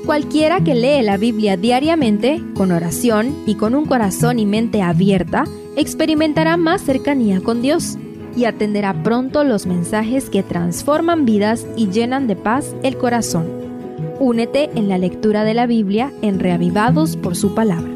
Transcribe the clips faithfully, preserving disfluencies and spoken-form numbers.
Cualquiera que lee la Biblia diariamente, con oración y con un corazón y mente abierta, experimentará más cercanía con Dios y atenderá pronto los mensajes que transforman vidas y llenan de paz el corazón. Únete en la lectura de la Biblia en Reavivados por su palabra.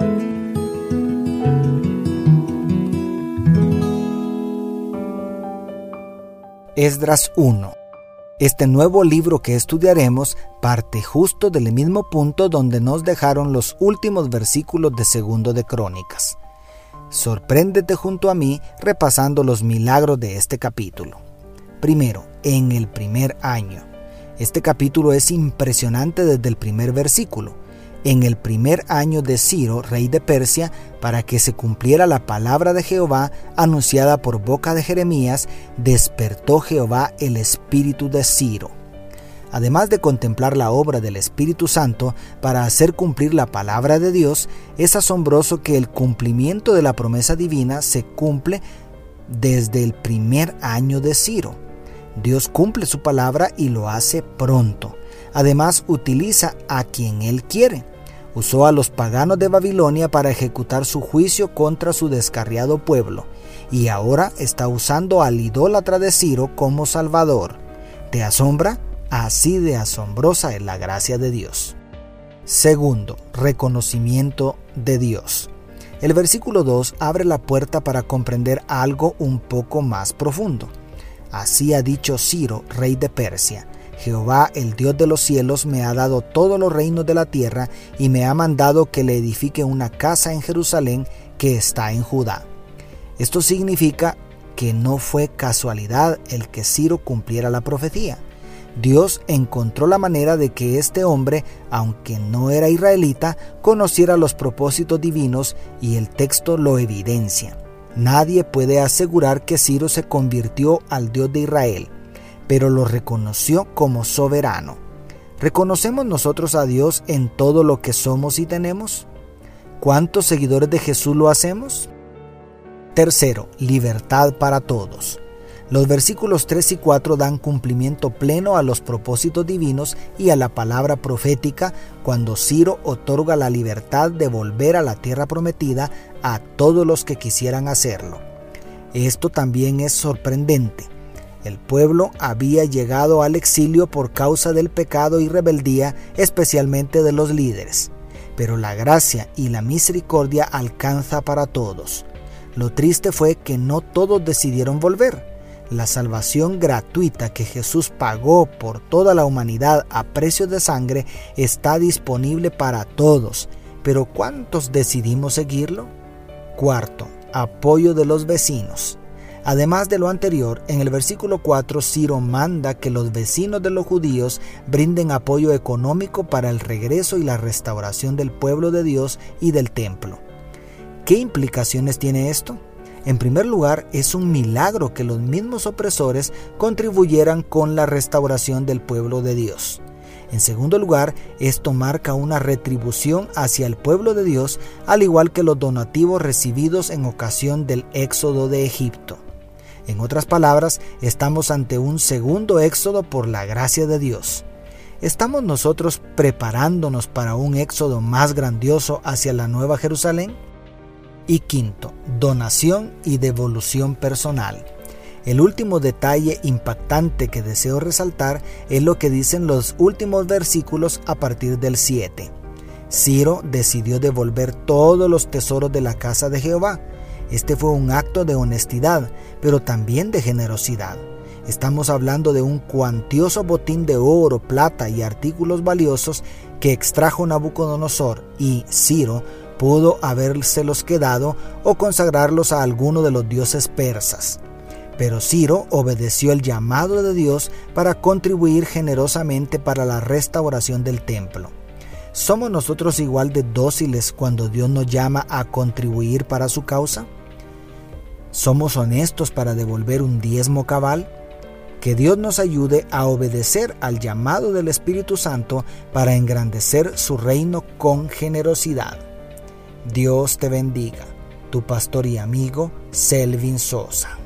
Esdras uno. Este nuevo libro que estudiaremos parte justo del mismo punto donde nos dejaron los últimos versículos de Segundo de Crónicas. Sorpréndete junto a mí repasando los milagros de este capítulo. Primero, en el primer año. Este capítulo es impresionante desde el primer versículo. En el primer año de Ciro, rey de Persia, para que se cumpliera la palabra de Jehová anunciada por boca de Jeremías, despertó Jehová el espíritu de Ciro. Además de contemplar la obra del Espíritu Santo para hacer cumplir la palabra de Dios, es asombroso que el cumplimiento de la promesa divina se cumple desde el primer año de Ciro. Dios cumple su palabra y lo hace pronto. Además, utiliza a quien Él quiere. Usó a los paganos de Babilonia para ejecutar su juicio contra su descarriado pueblo, y ahora está usando al idólatra de Ciro como salvador. ¿Te asombra? Así de asombrosa es la gracia de Dios. Segundo, reconocimiento de Dios. El versículo dos abre la puerta para comprender algo un poco más profundo. Así ha dicho Ciro, rey de Persia: Jehová, el Dios de los cielos, me ha dado todos los reinos de la tierra y me ha mandado que le edifique una casa en Jerusalén que está en Judá. Esto significa que no fue casualidad el que Ciro cumpliera la profecía. Dios encontró la manera de que este hombre, aunque no era israelita, conociera los propósitos divinos, y el texto lo evidencia. Nadie puede asegurar que Ciro se convirtió al Dios de Israel, pero lo reconoció como soberano. ¿Reconocemos nosotros a Dios en todo lo que somos y tenemos? ¿Cuántos seguidores de Jesús lo hacemos? Tercero, libertad para todos. Los versículos tres y cuatro dan cumplimiento pleno a los propósitos divinos y a la palabra profética cuando Ciro otorga la libertad de volver a la tierra prometida a todos los que quisieran hacerlo. Esto también es sorprendente. El pueblo había llegado al exilio por causa del pecado y rebeldía, especialmente de los líderes. Pero la gracia y la misericordia alcanza para todos. Lo triste fue que no todos decidieron volver. La salvación gratuita que Jesús pagó por toda la humanidad a precio de sangre está disponible para todos, pero ¿cuántos decidimos seguirlo? Cuarto, apoyo de los vecinos. Además de lo anterior, en el versículo cuatro, Ciro manda que los vecinos de los judíos brinden apoyo económico para el regreso y la restauración del pueblo de Dios y del templo. ¿Qué implicaciones tiene esto? En primer lugar, es un milagro que los mismos opresores contribuyeran con la restauración del pueblo de Dios. En segundo lugar, esto marca una retribución hacia el pueblo de Dios, al igual que los donativos recibidos en ocasión del éxodo de Egipto. En otras palabras, estamos ante un segundo éxodo por la gracia de Dios. ¿Estamos nosotros preparándonos para un éxodo más grandioso hacia la Nueva Jerusalén? Y quinto, donación y devolución personal. El último detalle impactante que deseo resaltar es lo que dicen los últimos versículos a partir del siete. Ciro decidió devolver todos los tesoros de la casa de Jehová. Este fue un acto de honestidad, pero también de generosidad. Estamos hablando de un cuantioso botín de oro, plata y artículos valiosos que extrajo Nabucodonosor, y Ciro pudo habérselos quedado o consagrarlos a alguno de los dioses persas. Pero Ciro obedeció el llamado de Dios para contribuir generosamente para la restauración del templo. ¿Somos nosotros igual de dóciles cuando Dios nos llama a contribuir para su causa? ¿Somos honestos para devolver un diezmo cabal? Que Dios nos ayude a obedecer al llamado del Espíritu Santo para engrandecer su reino con generosidad. Dios te bendiga. Tu pastor y amigo, Selvin Sosa.